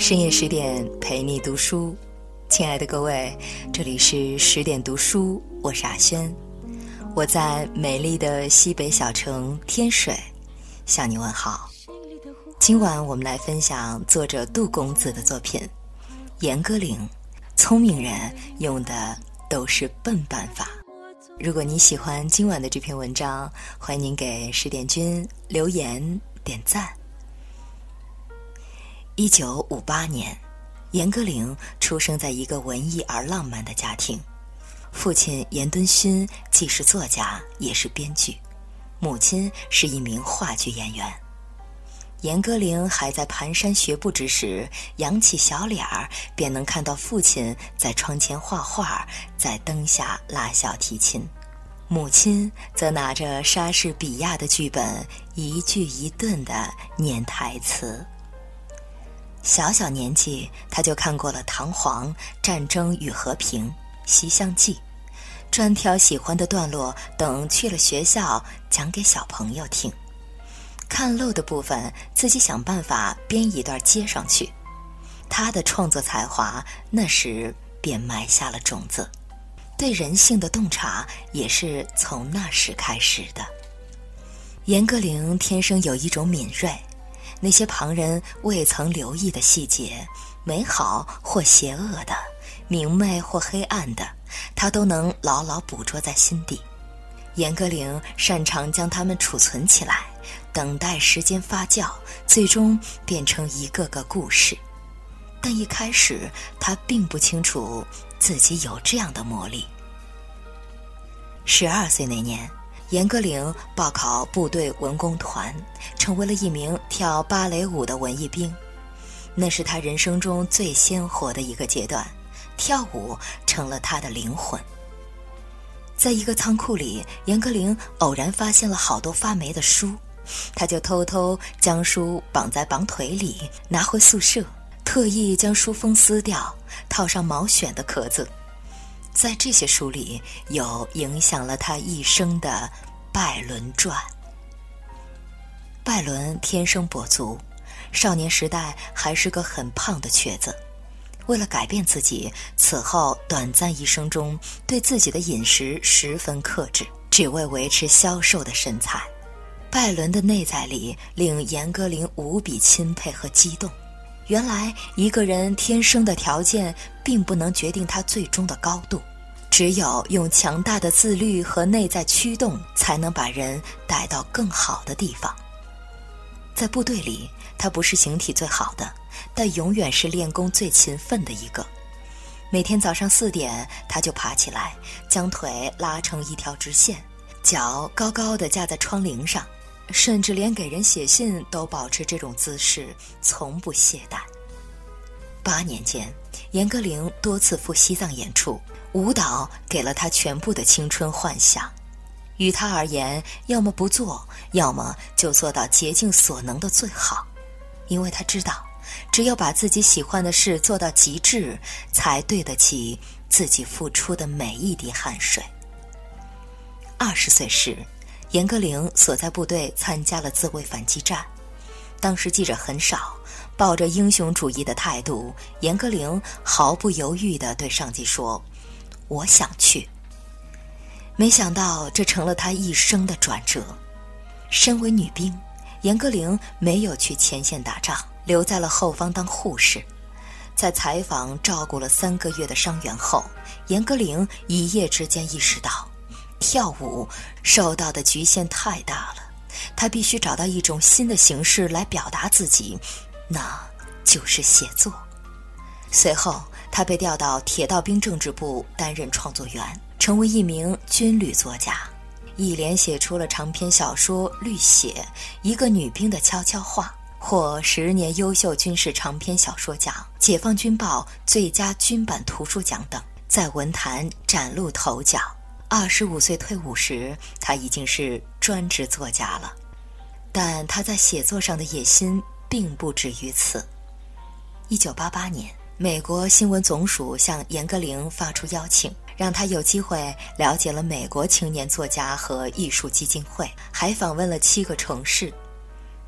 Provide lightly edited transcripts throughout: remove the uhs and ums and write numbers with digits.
深夜10点陪你读书，亲爱的各位，这里是10点读书，我是阿轩，我在美丽的西北小城天水向你问好。今晚我们来分享作者杜公子的作品《严歌苓》，聪明人用的都是笨办法。如果你喜欢今晚的这篇文章，欢迎您给10点君留言点赞。1958年，严歌苓出生在一个文艺而浪漫的家庭，父亲严敦勋既是作家也是编剧，母亲是一名话剧演员。严歌苓还在蹒跚学步之时，扬起小脸儿便能看到父亲在窗前画画，在灯下拉小提琴，母亲则拿着莎士比亚的剧本一句一顿地念台词。小小年纪他就看过了《唐璜》《战争与和平》《西厢记》，专挑喜欢的段落等去了学校讲给小朋友听，看漏的部分自己想办法编一段接上去。他的创作才华那时便埋下了种子，对人性的洞察也是从那时开始的。严歌苓天生有一种敏锐，那些旁人未曾留意的细节，美好或邪恶的，明媚或黑暗的，他都能牢牢捕捉在心底。严歌苓擅长将它们储存起来，等待时间发酵，最终变成一个个故事。但一开始他并不清楚自己有这样的魔力。12岁那年，严歌苓报考部队文工团，成为了一名跳芭蕾舞的文艺兵。那是他人生中最鲜活的一个阶段，跳舞成了他的灵魂。在一个仓库里，严歌苓偶然发现了好多发霉的书，他就偷偷将书绑在绑腿里，拿回宿舍，特意将书封撕掉，套上毛选的壳子。在这些书里有影响了他一生的拜伦传。拜伦天生跛足，少年时代还是个很胖的瘸子。为了改变自己，此后短暂一生中对自己的饮食十分克制，只为维持消瘦的身材。拜伦的内在里令严歌苓无比钦佩和激动。原来一个人天生的条件并不能决定他最终的高度，只有用强大的自律和内在驱动，才能把人带到更好的地方。在部队里，他不是形体最好的，但永远是练功最勤奋的一个。每天早上4点，他就爬起来，将腿拉成一条直线，脚高高地架在窗棂上，甚至连给人写信都保持这种姿势，从不懈怠。8年间，严歌苓多次赴西藏演出，舞蹈给了他全部的青春幻想。于他而言，要么不做，要么就做到竭尽所能的最好，因为他知道，只有把自己喜欢的事做到极致，才对得起自己付出的每一滴汗水。20岁时，严歌苓所在部队参加了自卫反击战，当时记者很少，抱着英雄主义的态度，严歌苓毫不犹豫地对上级说：“我想去。”没想到这成了她一生的转折。身为女兵，严歌苓没有去前线打仗，留在了后方当护士。在采访照顾了3个月的伤员后，严歌苓一夜之间意识到，跳舞受到的局限太大了，她必须找到一种新的形式来表达自己，那就是写作。随后她被调到铁道兵政治部担任创作员，成为一名军旅作家，一连写出了长篇小说《绿血》、一个女兵的悄悄话，获10年优秀军事长篇小说奖、解放军报最佳军版图书奖等，在文坛崭露头角。25岁退伍时，他已经是专职作家了。但他在写作上的野心并不止于此。1988年，美国新闻总署向严歌苓发出邀请，让他有机会了解了美国青年作家和艺术基金会，还访问了7个城市。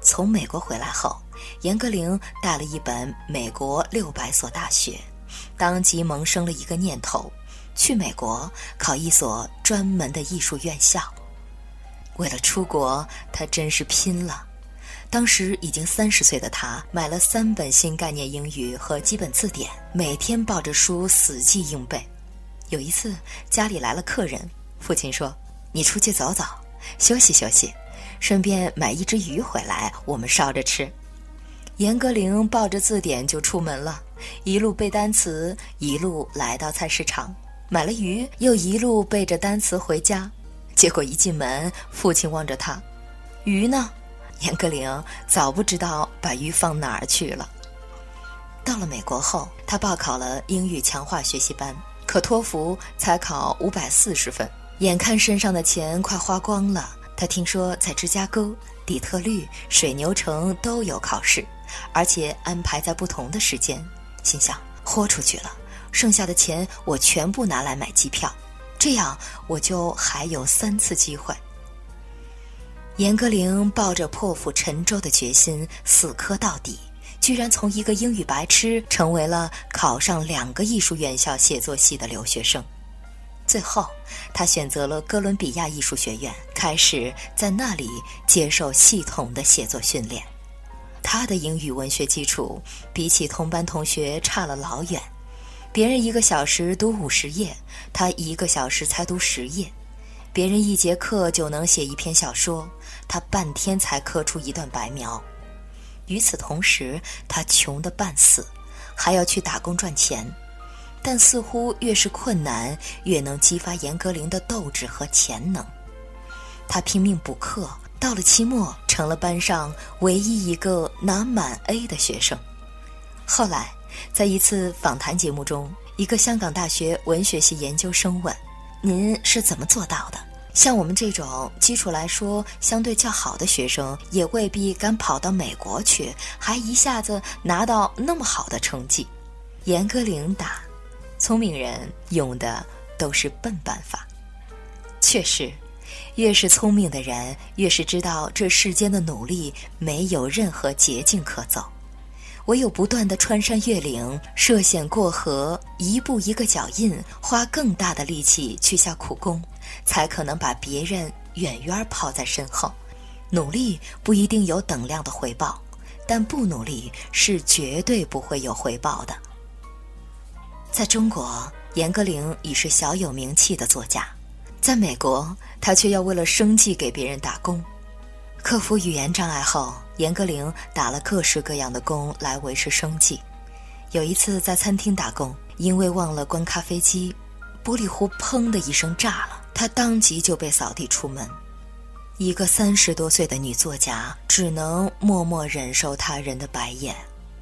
从美国回来后，严歌苓带了一本美国600所大学，当即萌生了一个念头，去美国考一所专门的艺术院校。为了出国，他真是拼了。当时已经30岁的他，买了3本新概念英语和基本字典，每天抱着书死记硬背。有一次家里来了客人，父亲说：“你出去走走，休息休息，顺便买一只鱼回来，我们烧着吃。”严歌苓抱着字典就出门了，一路背单词，一路来到菜市场，买了鱼，又一路背着单词回家。结果一进门，父亲望着他：“鱼呢？”严歌苓早不知道把鱼放哪儿去了。到了美国后，他报考了英语强化学习班，可托福才考540分，眼看身上的钱快花光了。他听说在芝加哥、底特律、水牛城都有考试，而且安排在不同的时间，心想豁出去了，剩下的钱我全部拿来买机票，这样我就还有3次机会。严歌苓抱着破釜沉舟的决心，死磕到底，居然从一个英语白痴成为了考上2个艺术院校写作系的留学生。最后他选择了哥伦比亚艺术学院，开始在那里接受系统的写作训练。他的英语文学基础比起同班同学差了老远，别人1个小时读50页，他1个小时才读10页。别人1节课就能写一篇小说，他半天才刻出一段白描。与此同时，他穷得半死，还要去打工赚钱。但似乎越是困难，越能激发严歌苓的斗志和潜能。他拼命补课，到了期末成了班上唯一一个拿满 A 的学生。后来在一次访谈节目中，一个香港大学文学系研究生问：“您是怎么做到的？像我们这种基础来说相对较好的学生，也未必敢跑到美国去，还一下子拿到那么好的成绩。”严歌苓答：“聪明人用的都是笨办法。”确实，越是聪明的人，越是知道这世间的努力没有任何捷径可走，唯有不断地穿山越岭，涉险过河，一步一个脚印，花更大的力气去下苦功，才可能把别人远远抛在身后。努力不一定有等量的回报，但不努力是绝对不会有回报的。在中国，严歌苓已是小有名气的作家，在美国，他却要为了生计给别人打工。克服语言障碍后，严歌苓打了各式各样的工来维持生计。有一次在餐厅打工，因为忘了关咖啡机，玻璃壶砰的一声炸了，他当即就被扫地出门。一个30多岁的女作家只能默默忍受他人的白眼。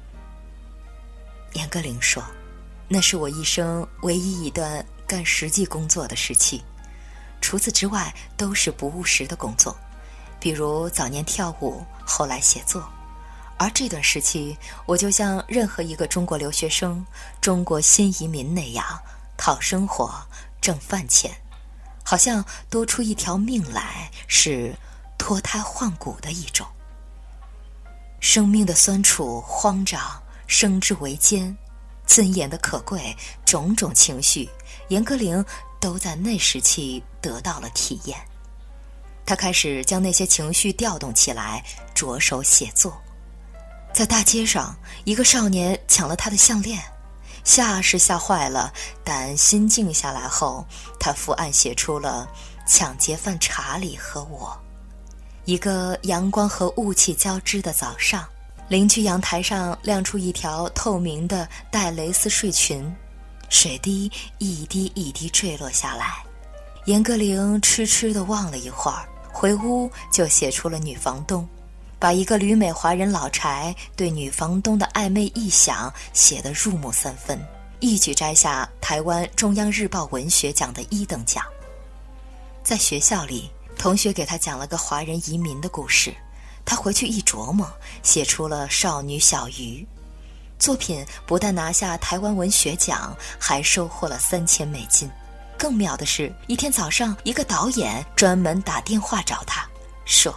严歌苓说：“那是我一生唯一一段干实际工作的时期，除此之外都是不务实的工作，比如早年跳舞，后来写作。而这段时期，我就像任何一个中国留学生、中国新移民那样，讨生活，挣饭钱，好像多出一条命来，是脱胎换骨的一种。生命的酸楚、慌张，生之维艰，尊严的可贵，种种情绪，严歌苓都在那时期得到了体验。他开始将那些情绪调动起来，着手写作。在大街上，一个少年抢了他的项链，吓是吓坏了，但心静下来后，他伏案写出了抢劫犯查理和我。一个阳光和雾气交织的早上，邻居阳台上亮出一条透明的带蕾丝睡裙，水滴一滴一滴坠落下来。严歌苓痴痴地望了一会儿，回屋就写出了女房东，把一个旅美华人老柴对女房东的暧昧臆想写得入木三分，一举摘下台湾中央日报文学奖的1等奖。在学校里，同学给他讲了个华人移民的故事，他回去一琢磨，写出了少女小鱼。作品不但拿下台湾文学奖，还收获了3000美金。更妙的是，一天早上，一个导演专门打电话找他，说：“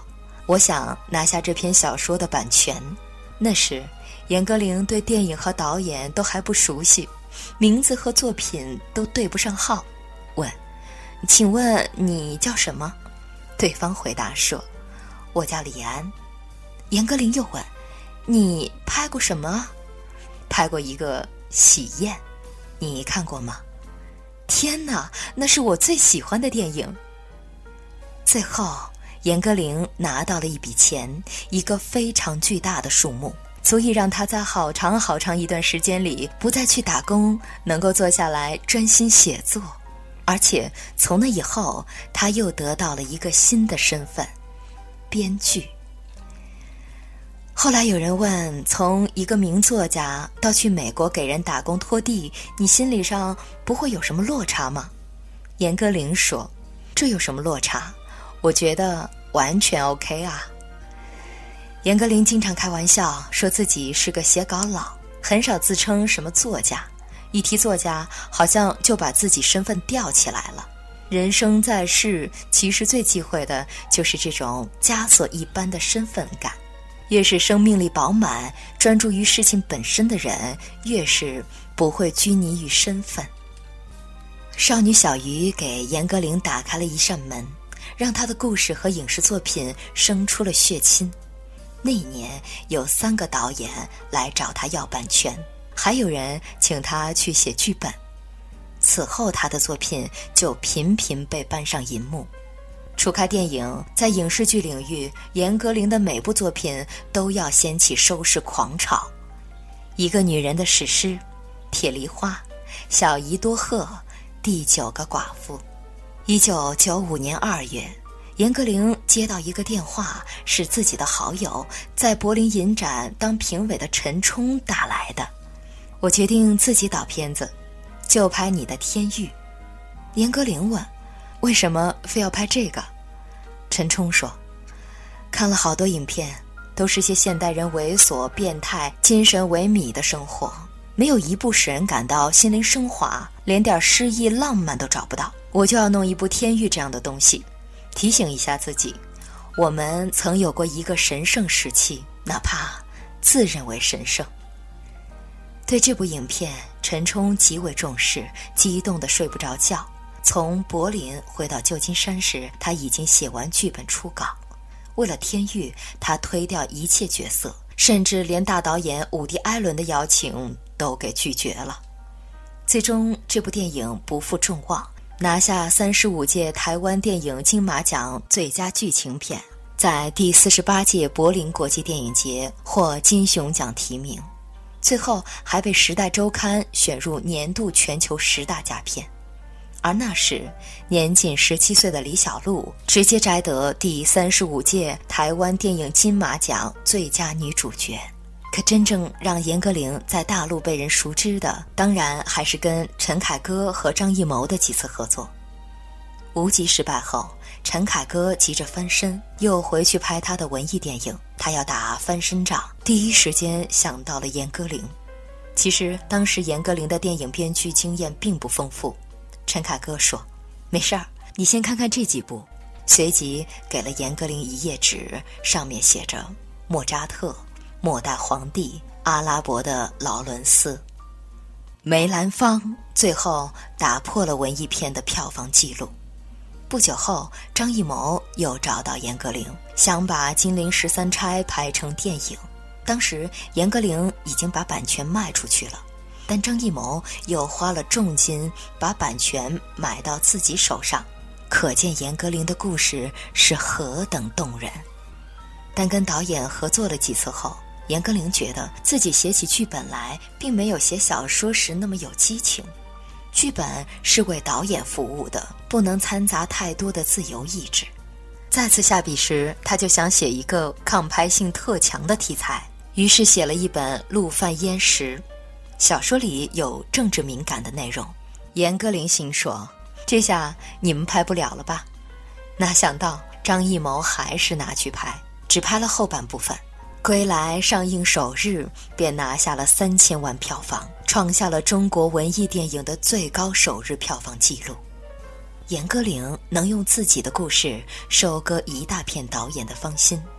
我想拿下这篇小说的版权。那时严歌苓对电影和导演都还不熟悉，名字和作品都对不上号，问：请问你叫什么？对方回答说：我叫李安。严歌苓又问：你拍过什么？拍过一个喜宴，你看过吗？天哪，那是我最喜欢的电影。最后严歌苓拿到了一笔钱，一个非常巨大的数目，足以让她在好长好长一段时间里不再去打工，能够坐下来专心写作。而且从那以后，她又得到了一个新的身份——编剧。后来有人问，从一个名作家到去美国给人打工拖地，你心理上不会有什么落差吗？严歌苓说：这有什么落差？我觉得完全 OK 啊。严歌苓经常开玩笑说自己是个写稿佬，很少自称什么作家，一提作家好像就把自己身份吊起来了。人生在世，其实最忌讳的就是这种枷锁一般的身份感。越是生命力饱满，专注于事情本身的人，越是不会拘泥于身份。少女小鱼给严歌苓打开了一扇门，让她的故事和影视作品生出了血亲。那一年有3个导演来找她要版权，还有人请她去写剧本。此后她的作品就频频被搬上银幕。除开电影，在影视剧领域，严歌苓的每部作品都要掀起收视狂潮。一个女人的史诗、铁梨花、小姨多鹤、第9个寡妇。1995年2月，严歌苓接到一个电话，是自己的好友在柏林影展当评委的陈冲打来的。我决定自己导片子，就拍你的《天域》。严歌苓问：为什么非要拍这个？陈冲说：看了好多影片，都是些现代人猥琐、变态、精神萎靡的生活，没有一部使人感到心灵升华，连点诗意浪漫都找不到。我就要弄一部《天域》这样的东西，提醒一下自己，我们曾有过一个神圣时期，哪怕自认为神圣。对这部影片，陈冲极为重视，激动得睡不着觉。从柏林回到旧金山时，他已经写完剧本初稿。为了天域，他推掉一切角色，甚至连大导演伍迪·艾伦的邀请都给拒绝了。最终这部电影不负众望，拿下35届台湾电影金马奖最佳剧情片，在第48届柏林国际电影节获金熊奖提名，最后还被《时代周刊》选入年度全球10大佳片。而那时年仅17岁的李小璐直接摘得第35届台湾电影金马奖最佳女主角。可真正让严歌苓在大陆被人熟知的，当然还是跟陈凯歌和张艺谋的几次合作。无极失败后，陈凯歌急着翻身，又回去拍他的文艺电影，他要打翻身仗，第一时间想到了严歌苓。其实当时严歌苓的电影编剧经验并不丰富，陈凯歌说：没事儿，你先看看这几部，随即给了严歌苓一页纸，上面写着莫扎特、末代皇帝、阿拉伯的劳伦斯。梅兰芳最后打破了文艺片的票房纪录。不久后，张艺谋又找到严歌苓，想把《金陵十三钗》拍成电影。当时严歌苓已经把版权卖出去了，但张艺谋又花了重金把版权买到自己手上，可见严歌苓的故事是何等动人。但跟导演合作了几次后，严歌苓觉得自己写起剧本来并没有写小说时那么有激情，剧本是为导演服务的，不能掺杂太多的自由意志。再次下笔时，他就想写一个抗拍性特强的题材，于是写了一本《陆犯焉识》。小说里有政治敏感的内容，严歌苓心说：这下你们拍不了了吧？哪想到张艺谋还是拿去拍，只拍了后半部分。归来上映首日便拿下了3000万票房，创下了中国文艺电影的最高首日票房纪录。严歌苓能用自己的故事收割一大片导演的芳心，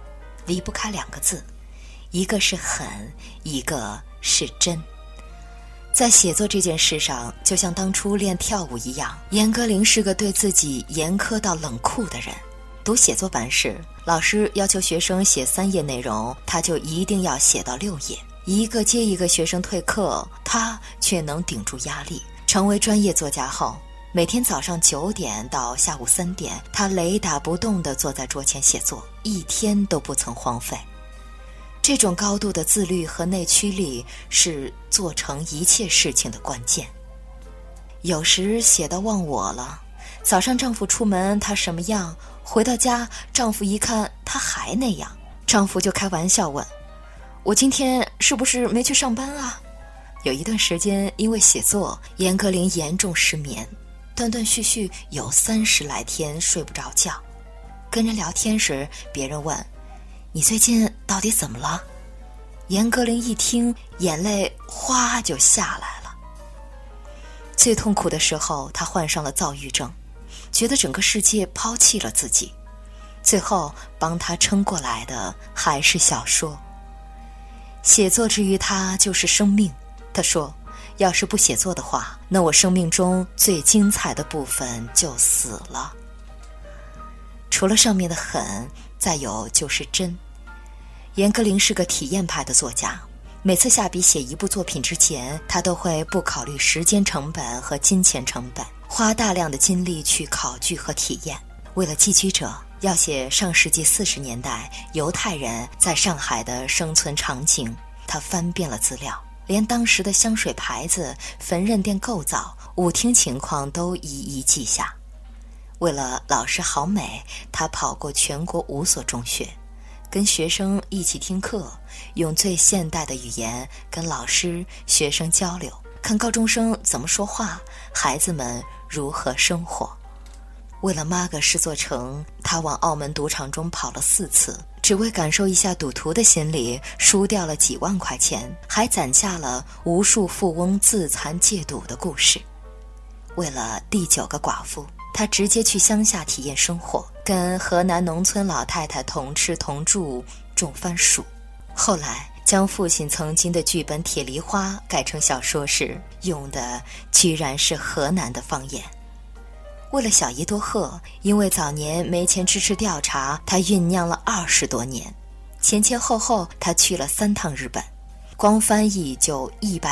离不开两个字，一个是狠，一个是真。在写作这件事上，就像当初练跳舞一样，严歌苓是个对自己严苛到冷酷的人。读写作版时，老师要求学生写3页内容，他就一定要写到6页。一个接一个学生退课，他却能顶住压力。成为专业作家后，每天早上9点到下午3点，他雷打不动地坐在桌前写作，一天都不曾荒废。这种高度的自律和内驱力是做成一切事情的关键。有时写到忘我了，早上丈夫出门他什么样，回到家丈夫一看他还那样，丈夫就开玩笑问：我今天是不是没去上班啊？有一段时间因为写作，严歌苓严重失眠，断断续续有30来天睡不着觉。跟人聊天时，别人问：你最近到底怎么了？严歌苓一听，眼泪哗就下来了。最痛苦的时候，她患上了躁郁症，觉得整个世界抛弃了自己。最后帮她撑过来的还是小说。写作之于她就是生命。她说，要是不写作的话，那我生命中最精彩的部分就死了。除了上面的狠，再有就是真。严歌苓是个体验派的作家，每次下笔写一部作品之前，他都会不考虑时间成本和金钱成本，花大量的精力去考据和体验。为了寄居者，要写上世纪40年代犹太人在上海的生存场景，他翻遍了资料，连当时的香水牌子、缝纫店构造、舞厅情况都一一记下。为了老师好美，他跑过全国5所中学，跟学生一起听课，用最现代的语言跟老师、学生交流，看高中生怎么说话，孩子们如何生活。为了妈个诗作成，他往澳门赌场中跑了4次，只为感受一下赌徒的心理，输掉了几万块钱，还攒下了无数富翁自残戒赌的故事。为了第9个寡妇，他直接去乡下体验生活，跟河南农村老太太同吃同住，种番薯。后来将父亲曾经的剧本《铁梨花》改成小说时，用的居然是河南的方言。为了小姨多鹤，因为早年没钱支持调查，他酝酿了20多年，前前后后他去了3趟日本，光翻译就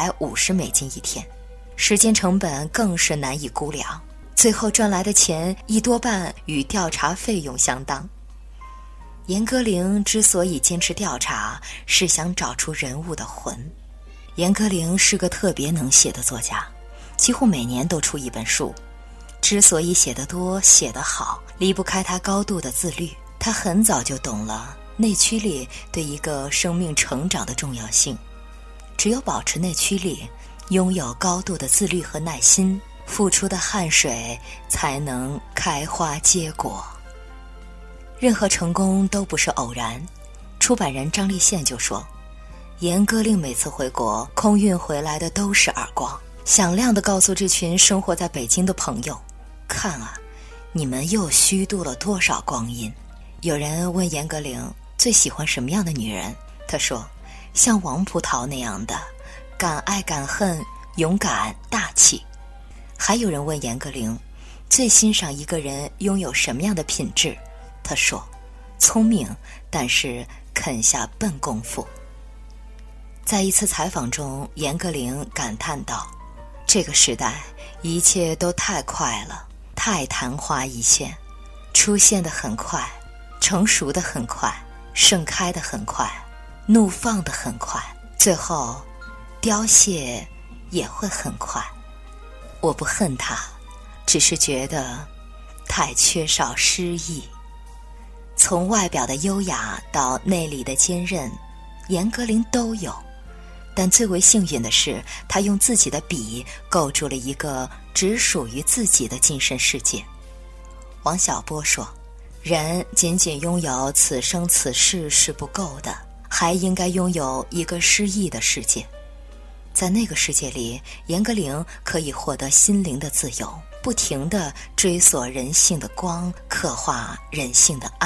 $150一天，时间成本更是难以估量。最后赚来的钱一多半与调查费用相当。严歌苓之所以坚持调查，是想找出人物的魂。严歌苓是个特别能写的作家，几乎每年都出一本书。之所以写得多、写得好，离不开他高度的自律。他很早就懂了内驱力对一个生命成长的重要性。只有保持内驱力，拥有高度的自律和耐心，付出的汗水才能开花结果。任何成功都不是偶然。出版人张立宪就说，严歌苓每次回国，空运回来的都是耳光，响亮地告诉这群生活在北京的朋友，看啊，你们又虚度了多少光阴。有人问严歌苓最喜欢什么样的女人，她说，像王葡萄那样的，敢爱敢恨，勇敢大气。还有人问严歌苓最欣赏一个人拥有什么样的品质，她说，聪明，但是肯下笨功夫。在一次采访中，严歌苓感叹道，这个时代一切都太快了，太昙花一现，出现得很快，成熟得很快，盛开得很快，怒放得很快，最后凋谢也会很快。我不恨他，只是觉得太缺少诗意。从外表的优雅到内里的坚韧，严歌苓都有。但最为幸运的是，他用自己的笔构筑了一个只属于自己的精神世界。王小波说，人仅仅拥有此生此世是不够的，还应该拥有一个诗意的世界。在那个世界里，严歌苓可以获得心灵的自由，不停地追索人性的光，刻画人性的暗。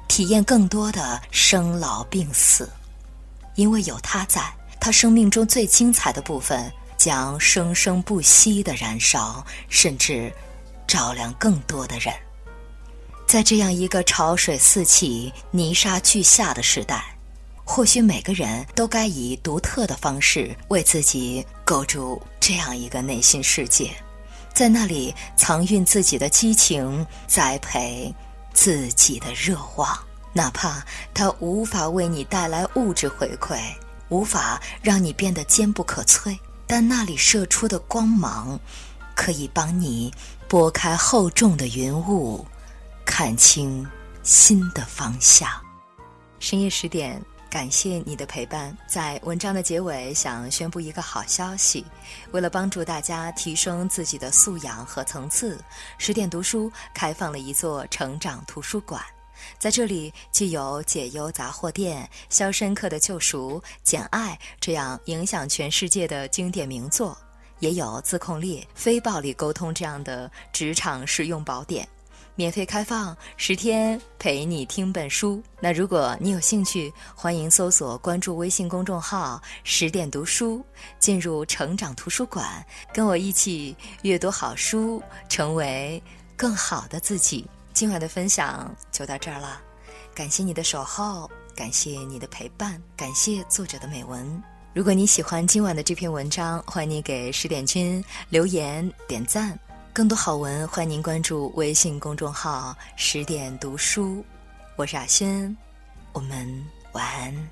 体验更多的生老病死。因为有他在，他生命中最精彩的部分将生生不息地燃烧，甚至照亮更多的人。在这样一个潮水四起、泥沙俱下的时代，或许每个人都该以独特的方式为自己构筑这样一个内心世界，在那里藏蕴自己的激情，栽培自己的热望。哪怕它无法为你带来物质回馈，无法让你变得坚不可摧，但那里射出的光芒可以帮你拨开厚重的云雾，看清新的方向。深夜10点，感谢你的陪伴。在文章的结尾，想宣布一个好消息，为了帮助大家提升自己的素养和层次，10点读书开放了一座成长图书馆。在这里既有解忧杂货店、肖申克的救赎、简爱这样影响全世界的经典名作，也有自控力、非暴力沟通这样的职场实用宝典，免费开放10天陪你听本书。那如果你有兴趣，欢迎搜索关注微信公众号10点读书，进入成长图书馆，跟我一起阅读好书，成为更好的自己。今晚的分享就到这儿了，感谢你的守候，感谢你的陪伴，感谢作者的美文。如果你喜欢今晚的这篇文章，欢迎你给10点君留言点赞。更多好文，欢迎您关注微信公众号10点读书。我是阿轩，我们晚安。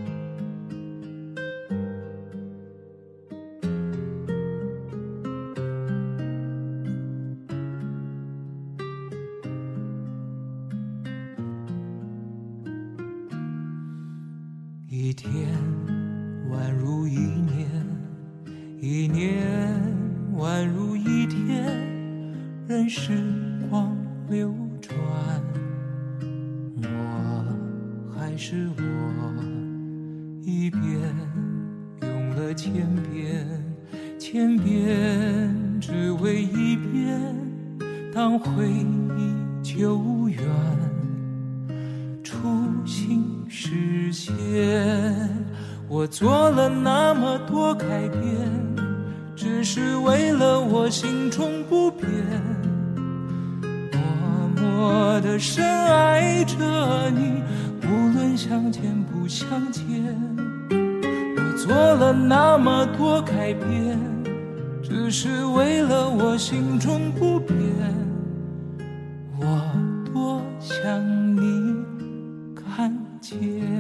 一天宛如一年，一年宛如一天，任时光流转，我还是我，一遍用了千遍，千遍只为一遍，当回忆久远，初心实现。我做了那么多改变，只是为了我心中不变，默默地深爱着你，无论相见不相见。我做了那么多改变，只是为了我心中不变，我多想你看见。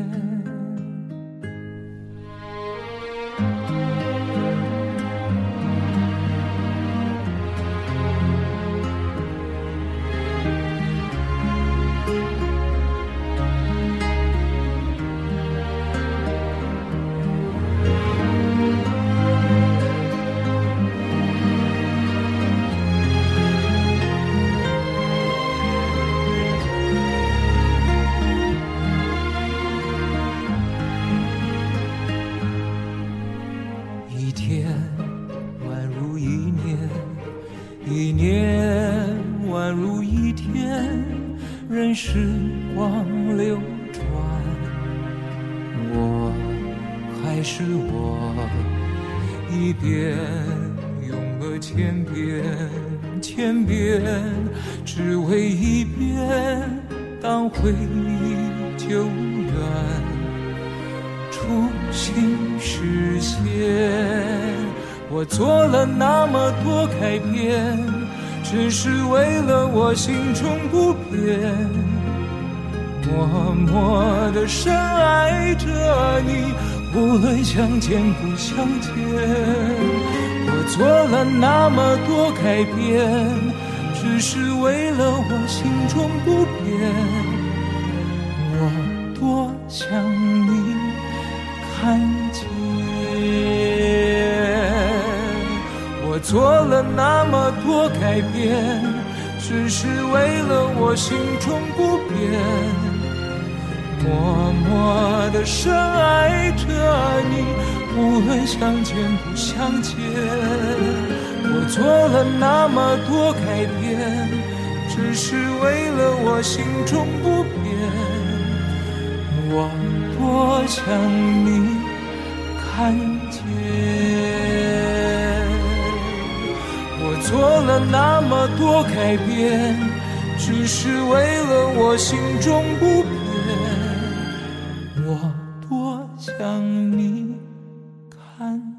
一年宛如一天，任时光流转，我还是我，一遍用了千遍，千遍只为一遍，当回忆久远，初心实现。我做了那么多改变，只是为了我心中不变，默默地深爱着你，无论相见不相见。我做了那么多改变，只是为了我心中不变，我多想你看见。我做了那么多改变，只是为了我心中不变，默默地深爱着你，无论相见不相见。我做了那么多改变，只是为了我心中不变， 我多想你看见。我做了那么多改变，只是为了我心中不变。我多想你看见。